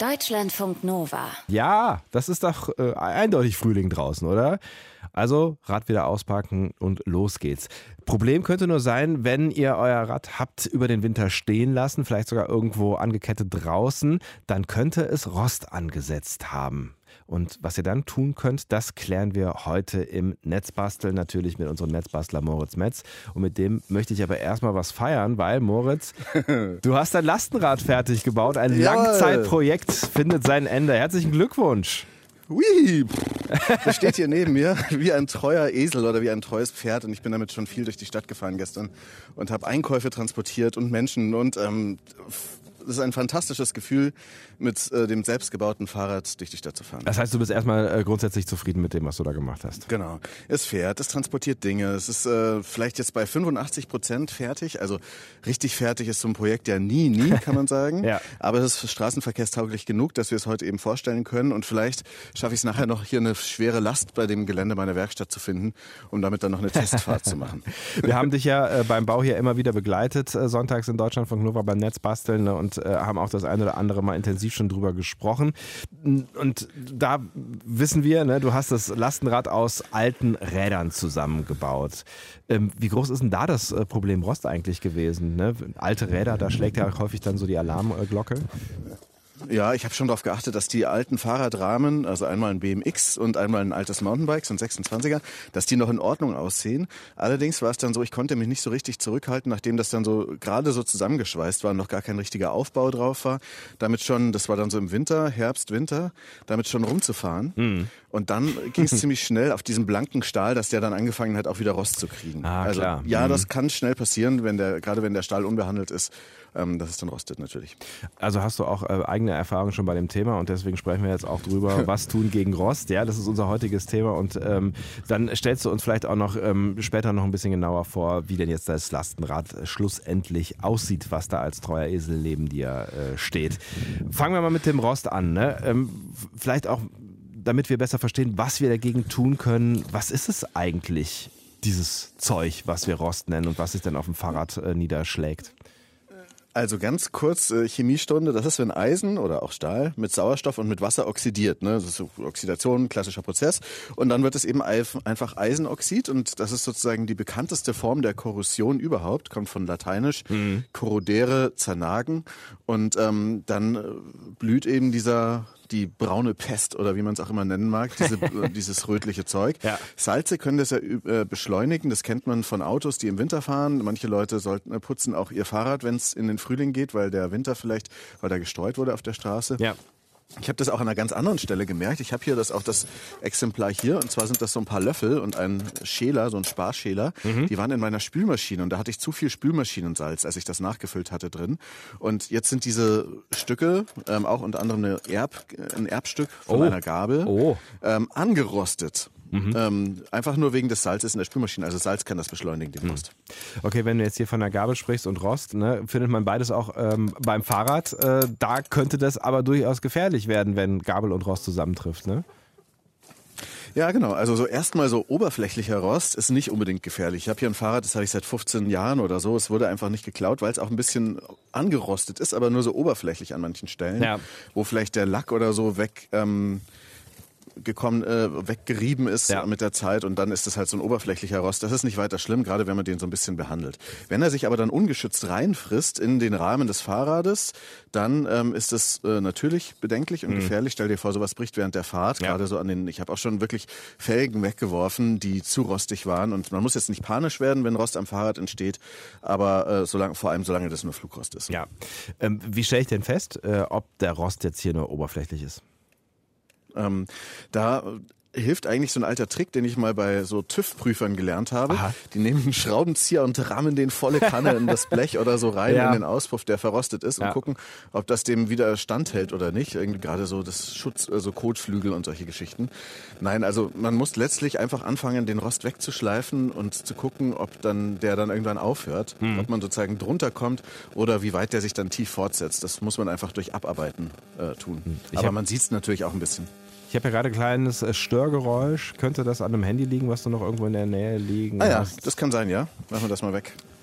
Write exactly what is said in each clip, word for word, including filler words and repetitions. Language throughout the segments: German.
Deutschlandfunk Nova. Ja, das ist doch äh, eindeutig Frühling draußen, oder? Also Rad wieder auspacken und los geht's. Problem könnte nur sein, wenn ihr euer Rad habt über den Winter stehen lassen, vielleicht sogar irgendwo angekettet draußen, dann könnte es Rost angesetzt haben. Und was ihr dann tun könnt, das klären wir heute im Netzbasteln, natürlich mit unserem Netzbastler Moritz Metz. Und mit dem möchte ich aber erstmal was feiern, weil, Moritz, du hast dein Lastenrad fertig gebaut. Ein Jawohl. Langzeitprojekt findet sein Ende. Herzlichen Glückwunsch. Hui, das steht hier neben mir wie ein treuer Esel oder wie ein treues Pferd und ich bin damit schon viel durch die Stadt gefahren gestern und habe Einkäufe transportiert und Menschen und ähm, das ist ein fantastisches Gefühl, mit äh, dem selbstgebauten Fahrrad durch die Stadt zu fahren. Das heißt, du bist erstmal äh, grundsätzlich zufrieden mit dem, was du da gemacht hast. Genau. Es fährt, es transportiert Dinge. Es ist äh, vielleicht jetzt bei fünfundachtzig Prozent fertig. Also richtig fertig ist so ein Projekt ja nie, nie, kann man sagen. Ja. Aber es ist straßenverkehrstauglich genug, dass wir es heute eben vorstellen können. Und vielleicht schaffe ich es nachher noch, hier eine schwere Last bei dem Gelände meiner Werkstatt zu finden, um damit dann noch eine Testfahrt zu machen. Wir haben dich ja äh, beim Bau hier immer wieder begleitet, äh, sonntags in Deutschlandfunk Nova beim Netzbasteln, ne, und äh, haben auch das eine oder andere Mal intensiv schon drüber gesprochen. Und da wissen wir, ne, du hast das Lastenrad aus alten Rädern zusammengebaut. Ähm, wie groß ist denn da das äh, Problem Rost eigentlich gewesen? Ne? Alte Räder, da schlägt ja häufig dann so die Alarmglocke. Ja, ich habe schon darauf geachtet, dass die alten Fahrradrahmen, also einmal ein B M X und einmal ein altes Mountainbike, so ein sechsundzwanziger, dass die noch in Ordnung aussehen. Allerdings war es dann so, ich konnte mich nicht so richtig zurückhalten, nachdem das dann so gerade so zusammengeschweißt war und noch gar kein richtiger Aufbau drauf war, damit schon, das war dann so im Winter, Herbst, Winter, damit schon rumzufahren. Mhm. Und dann ging es ziemlich schnell auf diesen blanken Stahl, dass der dann angefangen hat, auch wieder Rost zu kriegen. Ah, also klar. ja, mhm. das kann schnell passieren, wenn der, gerade wenn der Stahl unbehandelt ist, ähm, dass es dann rostet natürlich. Also hast du auch äh, eigene Erfahrungen schon bei dem Thema und deswegen sprechen wir jetzt auch drüber, was tun gegen Rost. Ja, das ist unser heutiges Thema und ähm, dann stellst du uns vielleicht auch noch ähm, später noch ein bisschen genauer vor, wie denn jetzt das Lastenrad schlussendlich aussieht, was da als treuer Esel neben dir äh, steht. Fangen wir mal mit dem Rost an. Ne? Ähm, vielleicht auch, damit wir besser verstehen, was wir dagegen tun können. Was ist es eigentlich, dieses Zeug, was wir Rost nennen und was sich dann auf dem Fahrrad äh, niederschlägt? Also ganz kurz, äh, Chemiestunde, das ist, wenn Eisen oder auch Stahl mit Sauerstoff und mit Wasser oxidiert. Ne? Das ist so Oxidation, klassischer Prozess. Und dann wird es eben einfach Eisenoxid und das ist sozusagen die bekannteste Form der Korrosion überhaupt, kommt von Lateinisch, mhm. corrodere, zernagen. Und ähm, dann äh, blüht eben dieser... die braune Pest oder wie man es auch immer nennen mag, diese, dieses rötliche Zeug. Ja. Salze können das ja äh, beschleunigen, das kennt man von Autos, die im Winter fahren. Manche Leute sollten äh, putzen auch ihr Fahrrad, wenn es in den Frühling geht, weil der Winter vielleicht, weil da gestreut wurde auf der Straße. Ja. Ich habe das auch an einer ganz anderen Stelle gemerkt. Ich habe hier das auch das Exemplar hier und zwar sind das so ein paar Löffel und ein Schäler, so ein Sparschäler. Mhm. Die waren in meiner Spülmaschine und da hatte ich zu viel Spülmaschinensalz, als ich das nachgefüllt hatte drin. Und jetzt sind diese Stücke, ähm, auch unter anderem eine Erb, ein Erbstück von oh. einer Gabel, oh. ähm, angerostet. Mhm. Ähm, einfach nur wegen des Salzes in der Spülmaschine. Also Salz kann das beschleunigen, den Rost. Okay, wenn du jetzt hier von der Gabel sprichst und Rost, ne, findet man beides auch ähm, beim Fahrrad. Äh, da könnte das aber durchaus gefährlich werden, wenn Gabel und Rost zusammentrifft, ne? Ja, genau. Also so erstmal so oberflächlicher Rost ist nicht unbedingt gefährlich. Ich habe hier ein Fahrrad, das habe ich seit fünfzehn Jahren oder so. Es wurde einfach nicht geklaut, weil es auch ein bisschen angerostet ist, aber nur so oberflächlich an manchen Stellen, ja. Wo vielleicht der Lack oder so weg... Ähm, gekommen, äh, weggerieben ist ja. mit der Zeit und dann ist es halt so ein oberflächlicher Rost. Das ist nicht weiter schlimm, gerade wenn man den so ein bisschen behandelt. Wenn er sich aber dann ungeschützt reinfrisst in den Rahmen des Fahrrades, dann ähm, ist es äh, natürlich bedenklich und mhm. gefährlich. Stell dir vor, sowas bricht während der Fahrt, ja. gerade so an den, ich habe auch schon wirklich Felgen weggeworfen, die zu rostig waren und man muss jetzt nicht panisch werden, wenn Rost am Fahrrad entsteht, aber äh, solange, vor allem solange das nur Flugrost ist. Ja. Ähm, wie stelle ich denn fest, äh, ob der Rost jetzt hier nur oberflächlich ist? Ähm, da hilft eigentlich so ein alter Trick, den ich mal bei so TÜV-Prüfern gelernt habe. Aha. Die nehmen einen Schraubenzieher und rammen den volle Kanne in das Blech oder so rein, ja. in den Auspuff, der verrostet ist, ja. und gucken, ob das dem wieder standhält oder nicht. Irgendwie gerade so das Schutz, also Kotflügel und solche Geschichten. Nein, also man muss letztlich einfach anfangen, den Rost wegzuschleifen und zu gucken, ob dann der dann irgendwann aufhört, mhm. ob man sozusagen drunter kommt oder wie weit der sich dann tief fortsetzt. Das muss man einfach durch Abarbeiten äh, tun. Ich Aber man sieht es natürlich auch ein bisschen. Ich habe ja gerade ein kleines Störgeräusch. Könnte das an einem Handy liegen, was du noch irgendwo in der Nähe liegen ah, ja, hast? Das kann sein, ja. Machen wir das mal weg.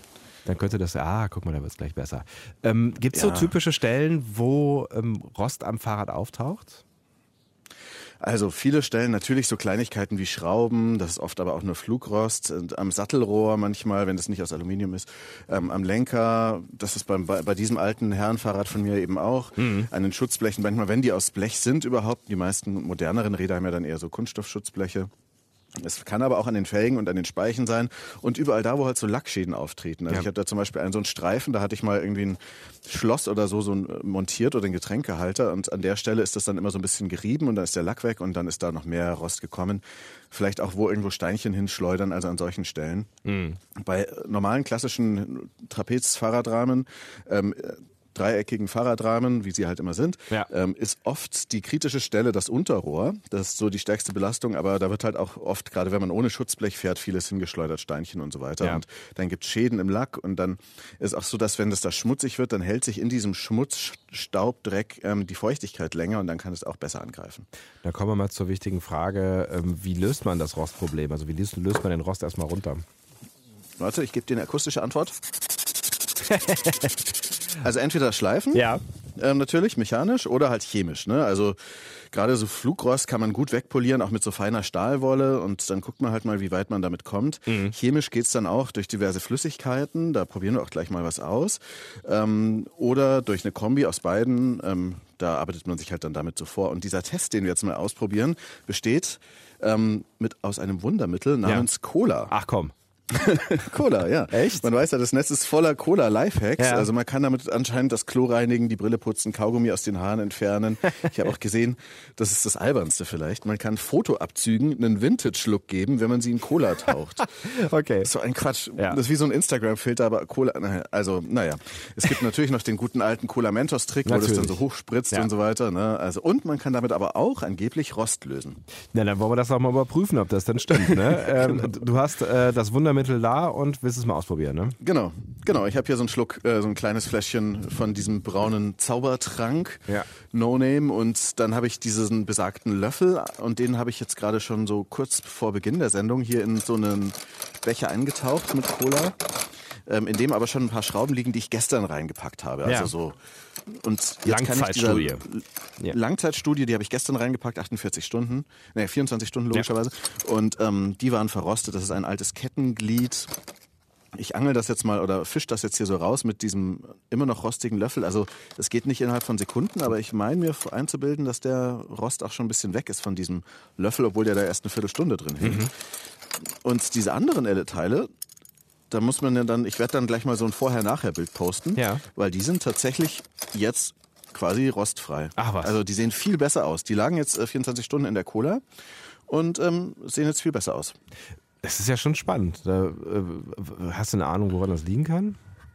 dann könnte das, ah, guck mal, da wird es gleich besser. Ähm, Gibt es Ja. so typische Stellen, wo ähm, Rost am Fahrrad auftaucht? Also viele Stellen, natürlich so Kleinigkeiten wie Schrauben, das ist oft aber auch nur Flugrost, und am Sattelrohr manchmal, wenn das nicht aus Aluminium ist, ähm, am Lenker, das ist beim, bei, bei diesem alten Herrenfahrrad von mir eben auch, mhm. an den Schutzblechen, manchmal, wenn die aus Blech sind überhaupt, die meisten moderneren Räder haben ja dann eher so Kunststoffschutzbleche. Es kann aber auch an den Felgen und an den Speichen sein und überall da, wo halt so Lackschäden auftreten. Also ja. ich habe da zum Beispiel einen so einen Streifen, da hatte ich mal irgendwie ein Schloss oder so, so ein montiert oder einen Getränkehalter und an der Stelle ist das dann immer so ein bisschen gerieben und dann ist der Lack weg und dann ist da noch mehr Rost gekommen. Vielleicht auch wo irgendwo Steinchen hinschleudern, also an solchen Stellen. Mhm. Bei normalen klassischen Trapez-Fahrradrahmen ähm, dreieckigen Fahrradrahmen, wie sie halt immer sind, ja. ähm, ist oft die kritische Stelle das Unterrohr. Das ist so die stärkste Belastung, aber da wird halt auch oft, gerade wenn man ohne Schutzblech fährt, vieles hingeschleudert, Steinchen und so weiter. Ja. Und dann gibt es Schäden im Lack und dann ist auch so, dass wenn das da schmutzig wird, dann hält sich in diesem Schmutz, Staub, Dreck ähm, die Feuchtigkeit länger und dann kann es auch besser angreifen. Da kommen wir mal zur wichtigen Frage, ähm, wie löst man das Rostproblem? Also wie löst, löst man den Rost erstmal runter? Warte, ich gebe dir eine akustische Antwort. Also entweder schleifen, ja. ähm, natürlich, mechanisch oder halt chemisch. Ne? Also gerade so Flugrost kann man gut wegpolieren, auch mit so feiner Stahlwolle und dann guckt man halt mal, wie weit man damit kommt. Mhm. Chemisch geht's dann auch durch diverse Flüssigkeiten, da probieren wir auch gleich mal was aus. Ähm, oder durch eine Kombi aus beiden, ähm, da arbeitet man sich halt dann damit so vor. Und dieser Test, den wir jetzt mal ausprobieren, besteht ähm, mit aus einem Wundermittel namens ja. Cola. Ach komm. Cola, ja. Echt? Man weiß ja, das Netz ist voller Cola-Lifehacks. Ja. Also man kann damit anscheinend das Klo reinigen, die Brille putzen, Kaugummi aus den Haaren entfernen. Ich habe auch gesehen, das ist das Albernste vielleicht, man kann Fotoabzügen einen Vintage-Look geben, wenn man sie in Cola taucht. Okay. So ein Quatsch. Ja. Das ist wie so ein Instagram-Filter, aber Cola, also naja. Es gibt natürlich noch den guten alten Cola-Mentos-Trick, wo das dann so hochspritzt ja. und so weiter. Ne? Also, und man kann damit aber auch angeblich Rost lösen. Na, dann wollen wir das doch mal überprüfen, ob das denn stimmt. Ne? ähm, genau. Du hast äh, das Wundermittel da und willst es mal ausprobieren, ne? Genau, genau. Ich habe hier so einen Schluck, äh, so ein kleines Fläschchen von diesem braunen Zaubertrank, ja. No Name, und dann habe ich diesen besagten Löffel und den habe ich jetzt gerade schon so kurz vor Beginn der Sendung hier in so einen Becher eingetaucht mit Cola, ähm, in dem aber schon ein paar Schrauben liegen, die ich gestern reingepackt habe. Also ja. so. Und jetzt Langzeitstudie. Kann ich dieser ja. Langzeitstudie, die habe ich gestern reingepackt, achtundvierzig Stunden, ne, vierundzwanzig Stunden logischerweise. Ja. Und ähm, die waren verrostet. Das ist ein altes Kettenglied. Ich angel das jetzt mal oder fisch das jetzt hier so raus mit diesem immer noch rostigen Löffel. Also es geht nicht innerhalb von Sekunden, aber ich meine mir einzubilden, dass der Rost auch schon ein bisschen weg ist von diesem Löffel, obwohl der da erst eine Viertelstunde drin hängt. Mhm. Und diese anderen Teile, da muss man ja dann, ich werde dann gleich mal so ein Vorher-Nachher-Bild posten, ja. weil die sind tatsächlich jetzt quasi rostfrei. Ach was. Also die sehen viel besser aus. Die lagen jetzt äh, vierundzwanzig Stunden in der Cola und ähm, sehen jetzt viel besser aus. Das ist ja schon spannend. Da, äh, hast du eine Ahnung, woran das liegen kann?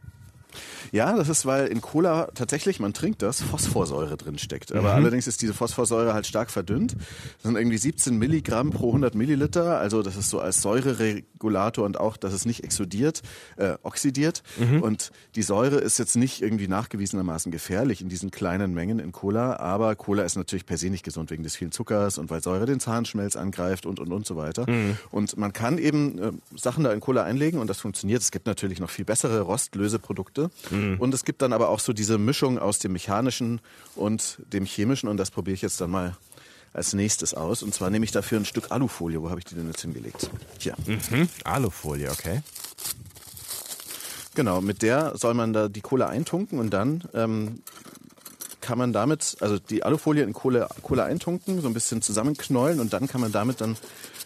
Ja, das ist, weil in Cola tatsächlich, man trinkt das, Phosphorsäure drin steckt. Aber mhm. allerdings ist diese Phosphorsäure halt stark verdünnt. Das sind irgendwie siebzehn Milligramm pro hundert Milliliter. Also das ist so als Säureregulator und auch, dass es nicht exodiert, äh, oxidiert. Mhm. Und die Säure ist jetzt nicht irgendwie nachgewiesenermaßen gefährlich in diesen kleinen Mengen in Cola. Aber Cola ist natürlich per se nicht gesund wegen des vielen Zuckers und weil Säure den Zahnschmelz angreift und, und, und so weiter. Mhm. Und man kann eben äh, Sachen da in Cola einlegen und das funktioniert. Es gibt natürlich noch viel bessere Rostlöseprodukte. Mhm. Und es gibt dann aber auch so diese Mischung aus dem Mechanischen und dem Chemischen und das probiere ich jetzt dann mal als nächstes aus. Und zwar nehme ich dafür ein Stück Alufolie. Wo habe ich die denn jetzt hingelegt? Hier. Mhm. Alufolie, okay. Genau, mit der soll man da die Cola eintunken und dann ähm, kann man damit, also die Alufolie in Cola, Cola eintunken, so ein bisschen zusammenknäulen und dann kann man damit dann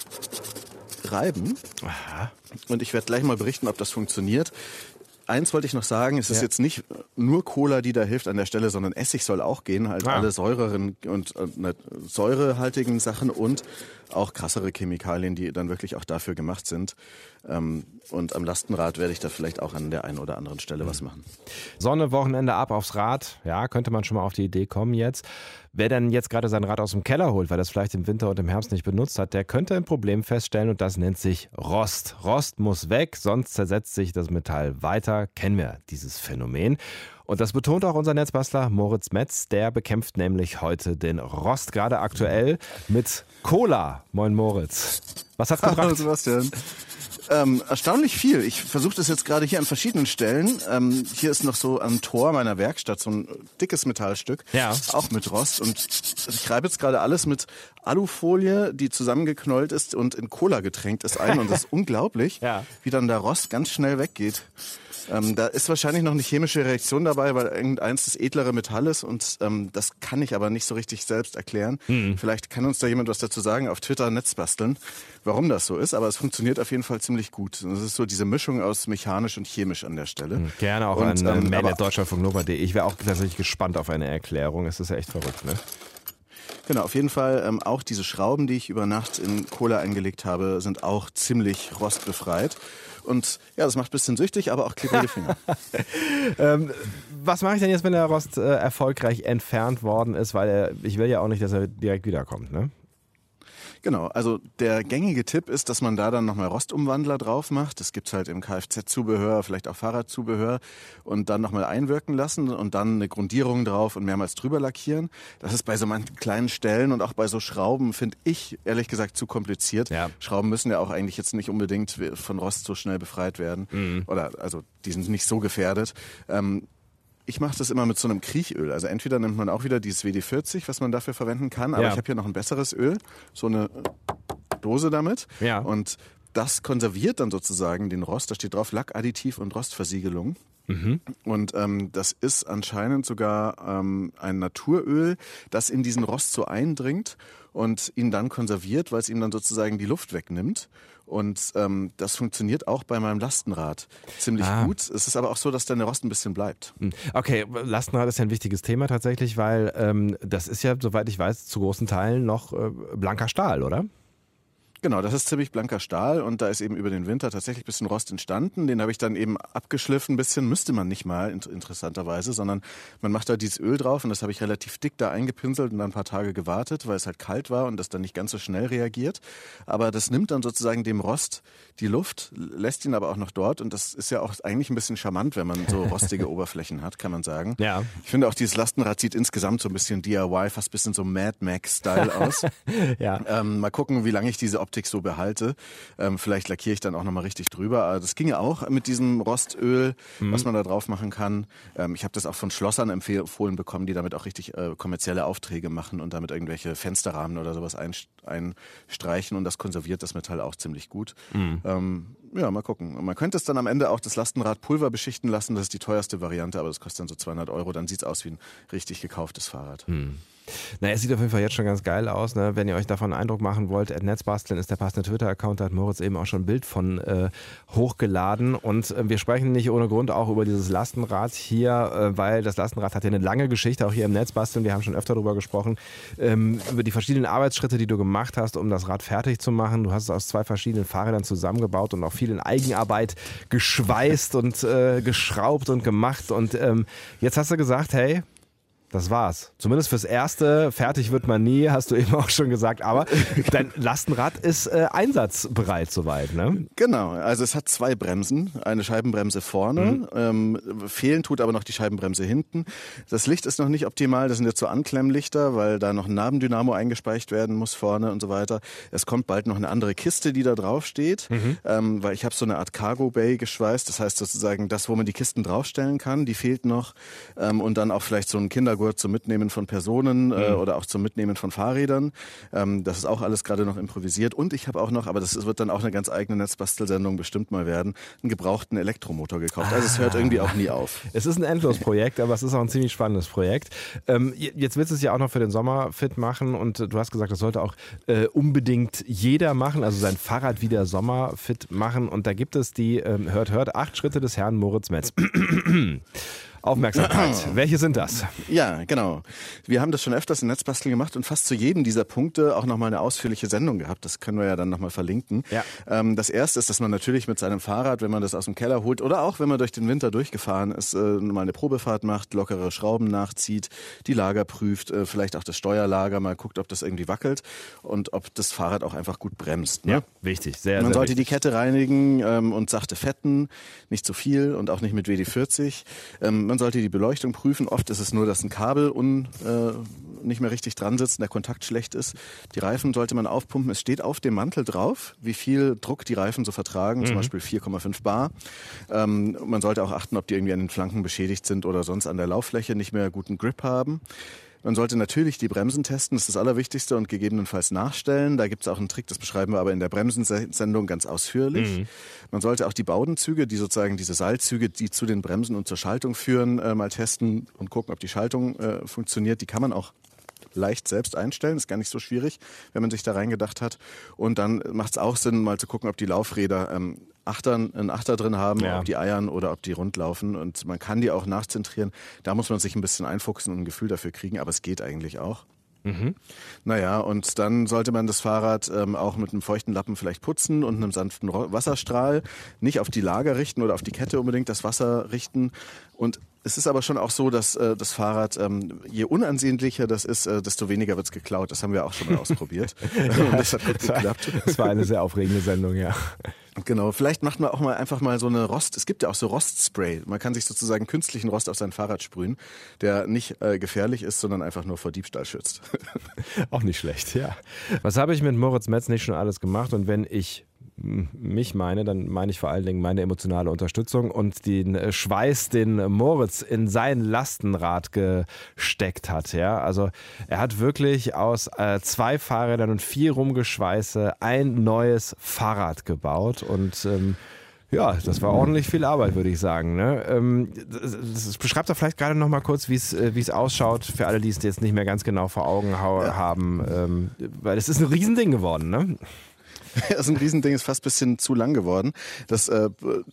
reiben. Aha. Und ich werde gleich mal berichten, ob das funktioniert. Eins wollte ich noch sagen, es ist ja. jetzt nicht nur Cola, die da hilft an der Stelle, sondern Essig soll auch gehen, halt ah. alle säureren und äh, säurehaltigen Sachen und auch krassere Chemikalien, die dann wirklich auch dafür gemacht sind. Ähm, und am Lastenrad werde ich da vielleicht auch an der einen oder anderen Stelle was machen. Sonne, Wochenende, ab aufs Rad. Ja, könnte man schon mal auf die Idee kommen jetzt. Wer denn jetzt gerade sein Rad aus dem Keller holt, weil das vielleicht im Winter und im Herbst nicht benutzt hat, der könnte ein Problem feststellen und das nennt sich Rost. Rost muss weg, sonst zersetzt sich das Metall weiter. Kennen wir dieses Phänomen. Und das betont auch unser Netzbastler Moritz Metz. Der bekämpft nämlich heute den Rost, gerade aktuell mit Cola. Moin Moritz. Was hat's gebracht? Hallo Sebastian. Ähm, erstaunlich viel. Ich versuche das jetzt gerade hier an verschiedenen Stellen. Ähm, hier ist noch so am Tor meiner Werkstatt so ein dickes Metallstück, ja. auch mit Rost. Und ich reibe jetzt gerade alles mit Alufolie, die zusammengeknollt ist und in Cola getränkt ist ein. Und das ist unglaublich, ja. wie dann der Rost ganz schnell weggeht. Ähm, da ist wahrscheinlich noch eine chemische Reaktion dabei, weil irgendeins das edlere Metall ist und ähm, das kann ich aber nicht so richtig selbst erklären. Mhm. Vielleicht kann uns da jemand was dazu sagen, auf Twitter Netz basteln, warum das so ist, aber es funktioniert auf jeden Fall ziemlich gut. Das ist so diese Mischung aus mechanisch und chemisch an der Stelle. Mhm. Gerne auch und, an ähm, mail at deutschlandfunk nova punkt de. Ich wäre auch tatsächlich gespannt auf eine Erklärung. Es ist ja echt verrückt, ne? Genau, auf jeden Fall ähm, auch diese Schrauben, die ich über Nacht in Cola eingelegt habe, sind auch ziemlich rostbefreit. Und ja, das macht ein bisschen süchtig, aber auch klebrige Finger. ähm, was mache ich denn jetzt, wenn der Rost äh, erfolgreich entfernt worden ist? Weil er, ich will ja auch nicht, dass er direkt wiederkommt, ne? Genau, also der gängige Tipp ist, dass man da dann nochmal Rostumwandler drauf macht. Das gibt's halt im Kfz-Zubehör, vielleicht auch Fahrradzubehör und dann nochmal einwirken lassen und dann eine Grundierung drauf und mehrmals drüber lackieren. Das ist bei so manchen kleinen Stellen und auch bei so Schrauben, finde ich, ehrlich gesagt, zu kompliziert. Ja. Schrauben müssen ja auch eigentlich jetzt nicht unbedingt von Rost so schnell befreit werden. Mhm. Oder also die sind nicht so gefährdet. Ähm, Ich mache das immer mit so einem Kriechöl. Also entweder nimmt man auch wieder dieses W D vierzig, was man dafür verwenden kann, aber ja. ich habe hier noch ein besseres Öl, so eine Dose damit. Ja. Und das konserviert dann sozusagen den Rost. Da steht drauf Lackadditiv und Rostversiegelung. Mhm. Und ähm, das ist anscheinend sogar ähm, ein Naturöl, das in diesen Rost so eindringt und ihn dann konserviert, weil es ihm dann sozusagen die Luft wegnimmt. Und ähm, das funktioniert auch bei meinem Lastenrad ziemlich ah. gut. Es ist aber auch so, dass dann der Rost ein bisschen bleibt. Okay, Lastenrad ist ja ein wichtiges Thema tatsächlich, weil ähm, das ist ja, soweit ich weiß, zu großen Teilen noch äh, blanker Stahl, oder? Genau, das ist ziemlich blanker Stahl und da ist eben über den Winter tatsächlich ein bisschen Rost entstanden. Den habe ich dann eben abgeschliffen ein bisschen, müsste man nicht mal interessanterweise, sondern man macht da dieses Öl drauf und das habe ich relativ dick da eingepinselt und dann ein paar Tage gewartet, weil es halt kalt war und das dann nicht ganz so schnell reagiert. Aber das nimmt dann sozusagen dem Rost die Luft, lässt ihn aber auch noch dort und das ist ja auch eigentlich ein bisschen charmant, wenn man so rostige Oberflächen hat, kann man sagen. Ja. Ich finde auch dieses Lastenrad sieht insgesamt so ein bisschen D I Y, fast ein bisschen so Mad Max-Style aus. ja. ähm, mal gucken, wie lange ich diese Optik so behalte. Ähm, vielleicht lackiere ich dann auch nochmal richtig drüber. Aber das ginge auch mit diesem Rostöl, mhm. was man da drauf machen kann. Ähm, ich habe das auch von Schlossern empfohlen bekommen, die damit auch richtig äh, kommerzielle Aufträge machen und damit irgendwelche Fensterrahmen oder sowas einstreichen und das konserviert das Metall auch ziemlich gut. Mhm. Ähm, ja, mal gucken. Und man könnte es dann am Ende auch das Lastenrad Pulver beschichten lassen. Das ist die teuerste Variante, aber das kostet dann so zweihundert Euro. Dann sieht es aus wie ein richtig gekauftes Fahrrad. Mhm. Na, es sieht auf jeden Fall jetzt schon ganz geil aus, ne? Wenn ihr euch davon einen Eindruck machen wollt, at netzbasteln ist der passende Twitter-Account, da hat Moritz eben auch schon ein Bild von äh, hochgeladen und äh, wir sprechen nicht ohne Grund auch über dieses Lastenrad hier, äh, weil das Lastenrad hat ja eine lange Geschichte, auch hier im Netzbasteln, wir haben schon öfter darüber gesprochen, ähm, über die verschiedenen Arbeitsschritte, die du gemacht hast, um das Rad fertig zu machen. Du hast es aus zwei verschiedenen Fahrrädern zusammengebaut und auch viel in Eigenarbeit geschweißt und äh, geschraubt und gemacht und ähm, jetzt hast du gesagt, hey, das war's. Zumindest fürs Erste. Fertig wird man nie, hast du eben auch schon gesagt. Aber dein Lastenrad ist äh, einsatzbereit soweit, ne? Genau. Also es hat zwei Bremsen. Eine Scheibenbremse vorne. Mhm. Ähm, fehlen tut aber noch die Scheibenbremse hinten. Das Licht ist noch nicht optimal. Das sind jetzt so Anklemmlichter, weil da noch ein Nabendynamo eingespeist werden muss vorne und so weiter. Es kommt bald noch eine andere Kiste, die da drauf steht. Mhm. Ähm, weil ich habe so eine Art Cargo Bay geschweißt. Das heißt sozusagen das, wo man die Kisten draufstellen kann. Die fehlt noch. Ähm, und dann auch vielleicht so ein Kindergurt zum Mitnehmen von Personen mhm. äh, oder auch zum Mitnehmen von Fahrrädern. Ähm, das ist auch alles gerade noch improvisiert. Und ich habe auch noch, aber das wird dann auch eine ganz eigene Netzbastelsendung bestimmt mal werden, einen gebrauchten Elektromotor gekauft. Ah. Also es hört irgendwie auch nie auf. Es ist ein Endlosprojekt, aber es ist auch ein ziemlich spannendes Projekt. Ähm, jetzt willst du es ja auch noch für den Sommer fit machen und du hast gesagt, das sollte auch äh, unbedingt jeder machen, also sein Fahrrad wieder sommerfit machen. Und da gibt es die, ähm, hört, hört, acht Schritte des Herrn Moritz Metz. Aufmerksamkeit. Welche sind das? Ja, genau. Wir haben das schon öfters in Netzbasteln gemacht und fast zu jedem dieser Punkte auch nochmal eine ausführliche Sendung gehabt. Das können wir ja dann nochmal verlinken. Ja. Ähm, das erste ist, dass man natürlich mit seinem Fahrrad, wenn man das aus dem Keller holt oder auch wenn man durch den Winter durchgefahren ist, äh, mal eine Probefahrt macht, lockere Schrauben nachzieht, die Lager prüft, äh, vielleicht auch das Steuerlager mal guckt, ob das irgendwie wackelt und ob das Fahrrad auch einfach gut bremst. Ne? Ja, wichtig. Sehr, Man sehr sollte wichtig. die Kette reinigen ähm, und sachte fetten, nicht zu viel und auch nicht mit W D vierzig. Ähm, Man sollte die Beleuchtung prüfen. Oft ist es nur, dass ein Kabel un, äh, nicht mehr richtig dran sitzt und der Kontakt schlecht ist. Die Reifen sollte man aufpumpen. Es steht auf dem Mantel drauf, wie viel Druck die Reifen so vertragen, mhm. zum Beispiel vier Komma fünf Bar. Ähm, man sollte auch achten, ob die irgendwie an den Flanken beschädigt sind oder sonst an der Lauffläche nicht mehr guten Grip haben. Man sollte natürlich die Bremsen testen, das ist das Allerwichtigste, und gegebenenfalls nachstellen. Da gibt es auch einen Trick, das beschreiben wir aber in der Bremsensendung ganz ausführlich. Mhm. Man sollte auch die Baudenzüge, die sozusagen diese Seilzüge, die zu den Bremsen und zur Schaltung führen, äh, mal testen und gucken, ob die Schaltung äh, funktioniert. Die kann man auch leicht selbst einstellen, ist gar nicht so schwierig, wenn man sich da reingedacht hat. Und dann macht es auch Sinn, mal zu gucken, ob die Laufräder ähm, Achtern, einen Achter drin haben, ja. ob die eiern oder ob die rund laufen. Und man kann die auch nachzentrieren. Da muss man sich ein bisschen einfuchsen und ein Gefühl dafür kriegen, aber es geht eigentlich auch. Mhm. Naja, und dann sollte man das Fahrrad ähm, auch mit einem feuchten Lappen vielleicht putzen und einem sanften Wasserstrahl. Nicht auf die Lager richten oder auf die Kette unbedingt das Wasser richten. Und es ist aber schon auch so, dass äh, das Fahrrad, ähm, je unansehnlicher das ist, äh, desto weniger wird's geklaut. Das haben wir auch schon mal ausprobiert. Ja, das hat gut geklappt. Das war eine sehr aufregende Sendung, ja. Genau, vielleicht macht man auch mal einfach mal so eine Rost, es gibt ja auch so Rostspray. Man kann sich sozusagen künstlichen Rost auf sein Fahrrad sprühen, der nicht äh, gefährlich ist, sondern einfach nur vor Diebstahl schützt. Auch nicht schlecht, ja. Was habe ich mit Moritz Metz nicht schon alles gemacht? Und wenn ich mich meine, dann meine ich vor allen Dingen meine emotionale Unterstützung und den Schweiß, den Moritz in sein Lastenrad gesteckt hat. Ja, also er hat wirklich aus äh, zwei Fahrrädern und vier Rumgeschweiße ein neues Fahrrad gebaut und ähm, ja, das war ordentlich viel Arbeit, würde ich sagen. Ne? Ähm, das, das beschreibt doch vielleicht gerade noch mal kurz, wie es wie es ausschaut, für alle, die es jetzt nicht mehr ganz genau vor Augen ha- ja. haben, ähm, weil es ist ein Riesending geworden, ne? Das ist ein Riesending, ist fast ein bisschen zu lang geworden. Das äh,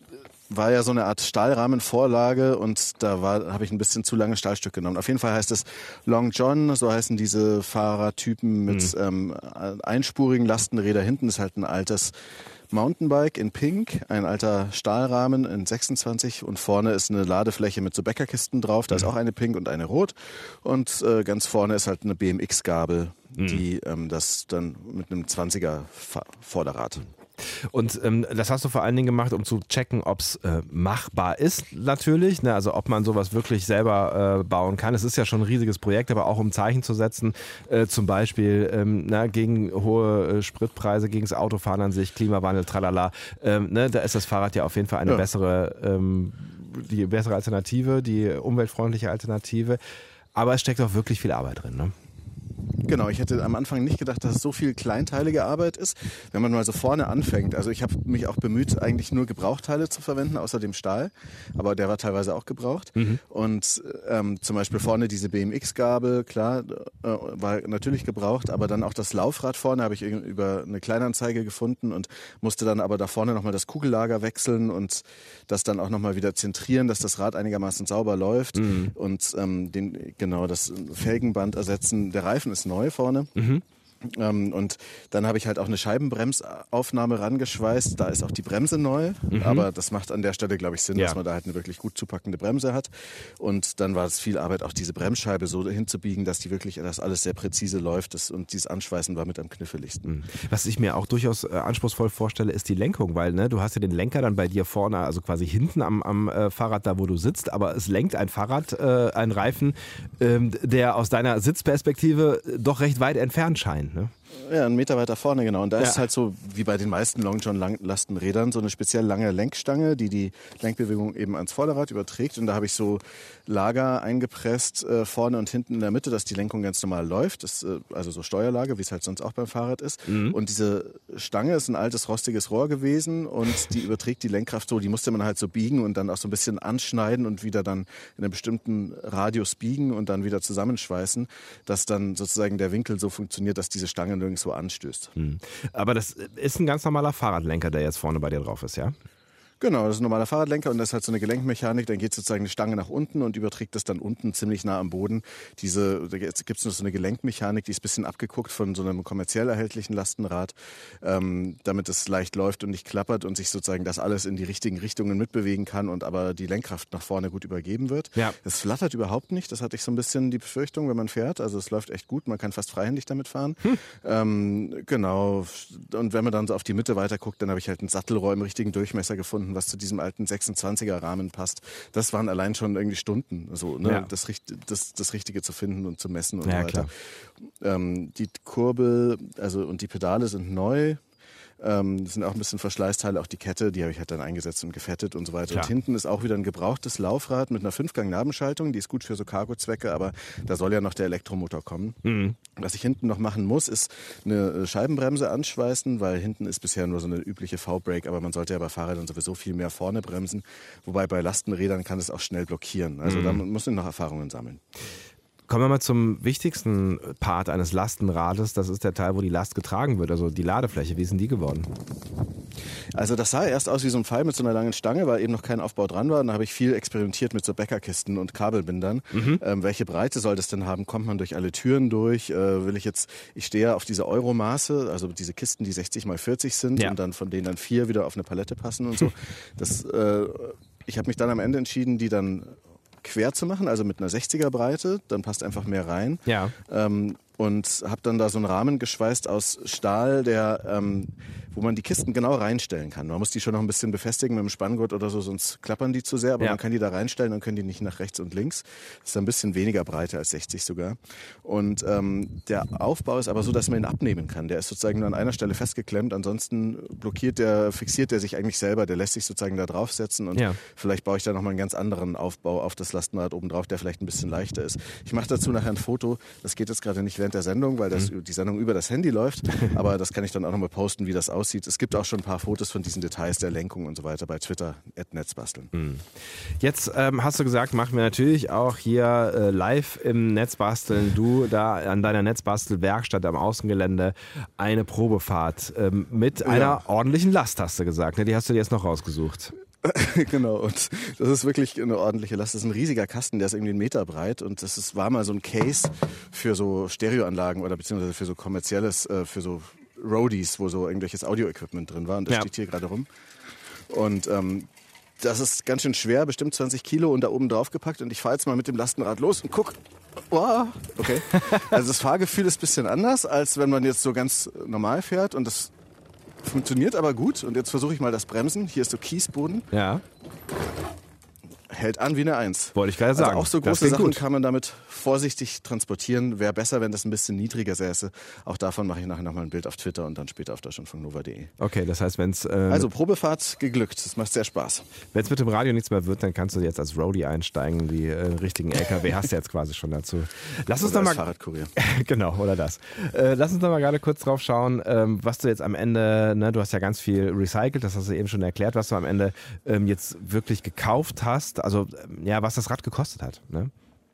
war ja so eine Art Stahlrahmenvorlage und da war habe ich ein bisschen zu lange Stahlstück genommen. Auf jeden Fall heißt es Long John, so heißen diese Fahrradtypen mit mhm. ähm, einspurigen Lastenräder. Hinten ist halt ein altes Mountainbike in Pink, ein alter Stahlrahmen in sechsundzwanzig und vorne ist eine Ladefläche mit so Bäckerkisten drauf. Da ist auch eine Pink und eine Rot und äh, ganz vorne ist halt eine B M X-Gabel, mhm. die ähm, das dann mit einem zwanziger Vorderrad. Und ähm, das hast du vor allen Dingen gemacht, um zu checken, ob es äh, machbar ist natürlich, ne? Also ob man sowas wirklich selber äh, bauen kann. Es ist ja schon ein riesiges Projekt, aber auch um Zeichen zu setzen, äh, zum Beispiel ähm, na, gegen hohe äh, Spritpreise, gegen das Autofahren an sich, Klimawandel, tralala. Ähm, ne? Da ist das Fahrrad ja auf jeden Fall eine ja. bessere, ähm, die bessere Alternative, die umweltfreundliche Alternative. Aber es steckt auch wirklich viel Arbeit drin, ne? Genau, ich hätte am Anfang nicht gedacht, dass es so viel kleinteilige Arbeit ist, wenn man mal so vorne anfängt. Also ich habe mich auch bemüht, eigentlich nur Gebrauchteile zu verwenden, außer dem Stahl, aber der war teilweise auch gebraucht. Mhm. Und ähm, zum Beispiel vorne diese B M X-Gabel, klar, äh, war natürlich gebraucht, aber dann auch das Laufrad vorne habe ich über eine Kleinanzeige gefunden und musste dann aber da vorne nochmal das Kugellager wechseln und das dann auch nochmal wieder zentrieren, dass das Rad einigermaßen sauber läuft mhm. und ähm, den, genau das Felgenband ersetzen. Der Reifen ist neu vorne. Mhm. Ähm, und dann habe ich halt auch eine Scheibenbremsaufnahme rangeschweißt. Da ist auch die Bremse neu, mhm. aber das macht an der Stelle, glaube ich, Sinn, ja. dass man da halt eine wirklich gut zupackende Bremse hat. Und dann war es viel Arbeit, auch diese Bremsscheibe so hinzubiegen, dass die wirklich, dass alles sehr präzise läuft. Das, und dieses Anschweißen war mit am kniffligsten. Was ich mir auch durchaus äh, anspruchsvoll vorstelle, ist die Lenkung, weil ne, du hast ja den Lenker dann bei dir vorne, also quasi hinten am, am äh, Fahrrad, da wo du sitzt, aber es lenkt ein Fahrrad, äh, ein Reifen, ähm, der aus deiner Sitzperspektive doch recht weit entfernt scheint. Ne? Ja, einen Meter weiter vorne, genau. Und da ja. ist es halt so, wie bei den meisten Long John Lastenrädern, so eine speziell lange Lenkstange, die die Lenkbewegung eben ans Vorderrad überträgt. Und da habe ich so Lager eingepresst, äh, vorne und hinten in der Mitte, dass die Lenkung ganz normal läuft. Das, äh, also so Steuerlager, wie es halt sonst auch beim Fahrrad ist. Mhm. Und diese Stange ist ein altes, rostiges Rohr gewesen und die überträgt die Lenkkraft so, die musste man halt so biegen und dann auch so ein bisschen anschneiden und wieder dann in einem bestimmten Radius biegen und dann wieder zusammenschweißen, dass dann sozusagen der Winkel so funktioniert, dass diese Stange nirgendwo anstößt. Mhm. Aber das ist ein ganz normaler Fahrradlenker, der jetzt vorne bei dir drauf ist, ja? Genau, das ist ein normaler Fahrradlenker und das ist halt so eine Gelenkmechanik, dann geht sozusagen eine Stange nach unten und überträgt das dann unten ziemlich nah am Boden. Diese, da gibt es noch so eine Gelenkmechanik, die ist ein bisschen abgeguckt von so einem kommerziell erhältlichen Lastenrad, ähm, damit es leicht läuft und nicht klappert und sich sozusagen das alles in die richtigen Richtungen mitbewegen kann und aber die Lenkkraft nach vorne gut übergeben wird. Ja. Es flattert überhaupt nicht, das hatte ich so ein bisschen die Befürchtung, wenn man fährt, also es läuft echt gut, man kann fast freihändig damit fahren. Hm. Ähm, genau, und wenn man dann so auf die Mitte weiter guckt, dann habe ich halt ein Sattelrohr im richtigen Durchmesser gefunden, finden, was zu diesem alten sechsundzwanziger Rahmen passt. Das waren allein schon irgendwie Stunden, so, ne? Ja. das, das, das Richtige zu finden und zu messen und ja, so weiter. Ähm, die Kurbel, also und die Pedale sind neu. Ähm, das sind auch ein bisschen Verschleißteile, auch die Kette, die habe ich halt dann eingesetzt und gefettet und so weiter. Klar. Und hinten ist auch wieder ein gebrauchtes Laufrad mit einer Fünfgang-Nabenschaltung, die ist gut für so Cargo-Zwecke, aber da soll ja noch der Elektromotor kommen. Mhm. Was ich hinten noch machen muss, ist eine Scheibenbremse anschweißen, weil hinten ist bisher nur so eine übliche V-Brake, aber man sollte ja bei Fahrrädern sowieso viel mehr vorne bremsen, wobei bei Lastenrädern kann es auch schnell blockieren. Also mhm. da muss man noch Erfahrungen sammeln. Kommen wir mal zum wichtigsten Part eines Lastenrades. Das ist der Teil, wo die Last getragen wird, also die Ladefläche. Wie ist denn die geworden? Also das sah erst aus wie so ein Pfeil mit so einer langen Stange, weil eben noch kein Aufbau dran war. Und da habe ich viel experimentiert mit so Bäckerkisten und Kabelbindern. Mhm. Ähm, welche Breite soll das denn haben? Kommt man durch alle Türen durch? Äh, will ich jetzt, ich stehe auf diese Euromaße, also diese Kisten, die sechzig mal vierzig sind ja. und dann von denen dann vier wieder auf eine Palette passen und so. Das, äh, ich habe mich dann am Ende entschieden, die dann quer zu machen, also mit einer sechziger Breite, dann passt einfach mehr rein. Ja. Ähm, und habe dann da so einen Rahmen geschweißt aus Stahl, der, ähm, wo man die Kisten genau reinstellen kann. Man muss die schon noch ein bisschen befestigen mit dem Spanngurt oder so, sonst klappern die zu sehr, aber ja. man kann die da reinstellen, dann können die nicht nach rechts und links. Das ist ein bisschen weniger Breite als sechzig sogar. Und ähm, der Aufbau ist aber so, dass man ihn abnehmen kann. Der ist sozusagen nur an einer Stelle festgeklemmt, ansonsten blockiert der, fixiert der sich eigentlich selber, der lässt sich sozusagen da draufsetzen und ja. vielleicht baue ich da nochmal einen ganz anderen Aufbau auf das Lastenrad oben drauf, der vielleicht ein bisschen leichter ist. Ich mache dazu nachher ein Foto, das geht jetzt gerade nicht während der Sendung, weil das, mhm. die Sendung über das Handy läuft, aber das kann ich dann auch nochmal posten, wie das aussieht. Es gibt auch schon ein paar Fotos von diesen Details der Lenkung und so weiter bei Twitter at netzbasteln. Mhm. Jetzt ähm, hast du gesagt, machen wir natürlich auch hier äh, live im Netzbasteln, du da an deiner Netzbastelwerkstatt am Außengelände eine Probefahrt ähm, mit ja. einer ordentlichen Last, hast du gesagt. Ne? Die hast du dir jetzt noch rausgesucht. Genau, und das ist wirklich eine ordentliche Last. Das ist ein riesiger Kasten, der ist irgendwie einen Meter breit und das ist, war mal so ein Case für so Stereoanlagen oder beziehungsweise für so kommerzielles, äh, für so Roadies, wo so irgendwelches Audio-Equipment drin war und das ja. steht hier gerade rum. Und ähm, das ist ganz schön schwer, bestimmt zwanzig Kilo und da oben drauf gepackt und ich fahre jetzt mal mit dem Lastenrad los und guck. Oh, okay. Also das Fahrgefühl ist ein bisschen anders, als wenn man jetzt so ganz normal fährt und das funktioniert aber gut. Und jetzt versuche ich mal das Bremsen. Hier ist so Kiesboden. Ja. Hält an wie eine Eins. Wollte ich gerade sagen. Also auch so große Sachen gut. Kann man damit vorsichtig transportieren. Wäre besser, wenn das ein bisschen niedriger säße. Auch davon mache ich nachher nochmal ein Bild auf Twitter und dann später auf deutschlandfunknova punkt de. Okay, das heißt, wenn es... Äh, also Probefahrt geglückt. Das macht sehr Spaß. Wenn es mit dem Radio nichts mehr wird, dann kannst du jetzt als Roadie einsteigen. Die äh, richtigen L K W hast du jetzt quasi schon dazu. Lass uns oder noch als mal Fahrradkurier. Genau, oder das. Äh, lass uns noch mal gerade kurz drauf schauen, ähm, was du jetzt am Ende... Ne, du hast ja ganz viel recycelt, das hast du eben schon erklärt, was du am Ende ähm, jetzt wirklich gekauft hast. Also, ja, was das Rad gekostet hat. Ne?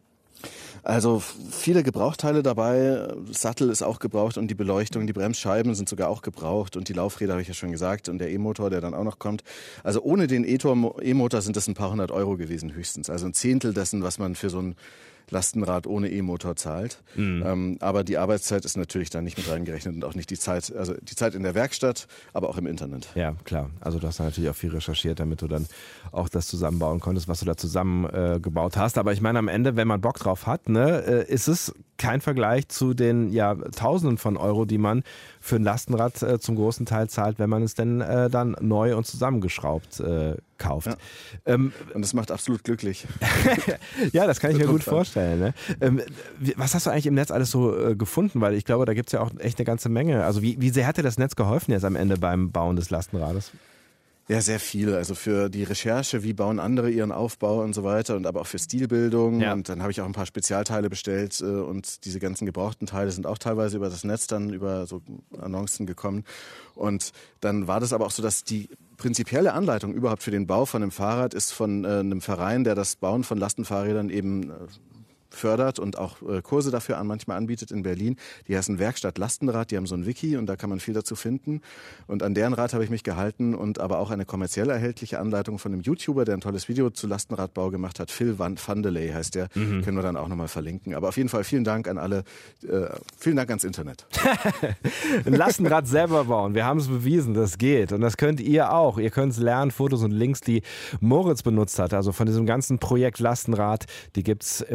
Also viele Gebrauchteile dabei, Sattel ist auch gebraucht und die Beleuchtung, die Bremsscheiben sind sogar auch gebraucht und die Laufräder habe ich ja schon gesagt und der E-Motor, der dann auch noch kommt. Also ohne den E-Motor sind das ein paar hundert Euro gewesen höchstens. Also ein Zehntel dessen, was man für so ein Lastenrad ohne E-Motor zahlt. Mhm. Ähm, aber die Arbeitszeit ist natürlich da nicht mit reingerechnet und auch nicht die Zeit, also die Zeit in der Werkstatt, aber auch im Internet. Ja, klar. Also du hast da natürlich auch viel recherchiert, damit du dann auch das zusammenbauen konntest, was du da zusammengebaut äh, hast. Aber ich meine, am Ende, wenn man Bock drauf hat, ne, äh, ist es kein Vergleich zu den ja, Tausenden von Euro, die man für ein Lastenrad äh, zum großen Teil zahlt, wenn man es denn äh, dann neu und zusammengeschraubt äh, kauft. Ja. Ähm, und das macht absolut glücklich. Ja, das kann ich mir gut vorstellen. Ne? Ähm, was hast du eigentlich im Netz alles so äh, gefunden? Weil ich glaube, da gibt es ja auch echt eine ganze Menge. Also wie, wie sehr hat dir das Netz geholfen jetzt am Ende beim Bauen des Lastenrades? Ja, sehr viel. Also für die Recherche, wie bauen andere ihren Aufbau und so weiter und aber auch für Stilbildung. Ja. Und dann habe ich auch ein paar Spezialteile bestellt äh, und diese ganzen gebrauchten Teile sind auch teilweise über das Netz dann über so Annoncen gekommen. Und dann war das aber auch so, dass die prinzipielle Anleitung überhaupt für den Bau von einem Fahrrad ist von äh, einem Verein, der das Bauen von Lastenfahrrädern eben äh, fördert und auch äh, Kurse dafür an, manchmal anbietet in Berlin. Die heißen Werkstatt Lastenrad, die haben so ein Wiki und da kann man viel dazu finden. Und an deren Rat habe ich mich gehalten und aber auch eine kommerziell erhältliche Anleitung von einem YouTuber, der ein tolles Video zu Lastenradbau gemacht hat. Phil Van Vandelay heißt der. Mhm. Können wir dann auch nochmal verlinken. Aber auf jeden Fall vielen Dank an alle. Äh, vielen Dank ans Internet. Ein Lastenrad selber bauen. Wir haben es bewiesen, das geht. Und das könnt ihr auch. Ihr könnt es lernen. Fotos und Links, die Moritz benutzt hat. Also von diesem ganzen Projekt Lastenrad, die gibt es im Laufe des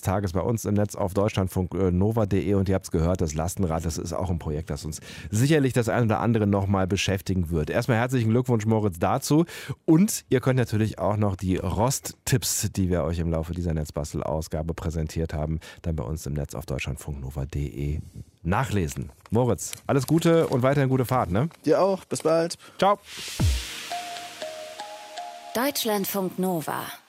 Tages bei uns im Netz auf deutschlandfunk nova punkt de und ihr habt es gehört, das Lastenrad, das ist auch ein Projekt, das uns sicherlich das ein oder andere nochmal beschäftigen wird. Erstmal herzlichen Glückwunsch, Moritz, dazu und ihr könnt natürlich auch noch die Rost-Tipps, die wir euch im Laufe dieser Netzbastel-Ausgabe präsentiert haben, dann bei uns im Netz auf deutschlandfunk nova punkt de nachlesen. Moritz, alles Gute und weiterhin gute Fahrt, ne? Dir auch, bis bald. Ciao. Deutschlandfunk Nova.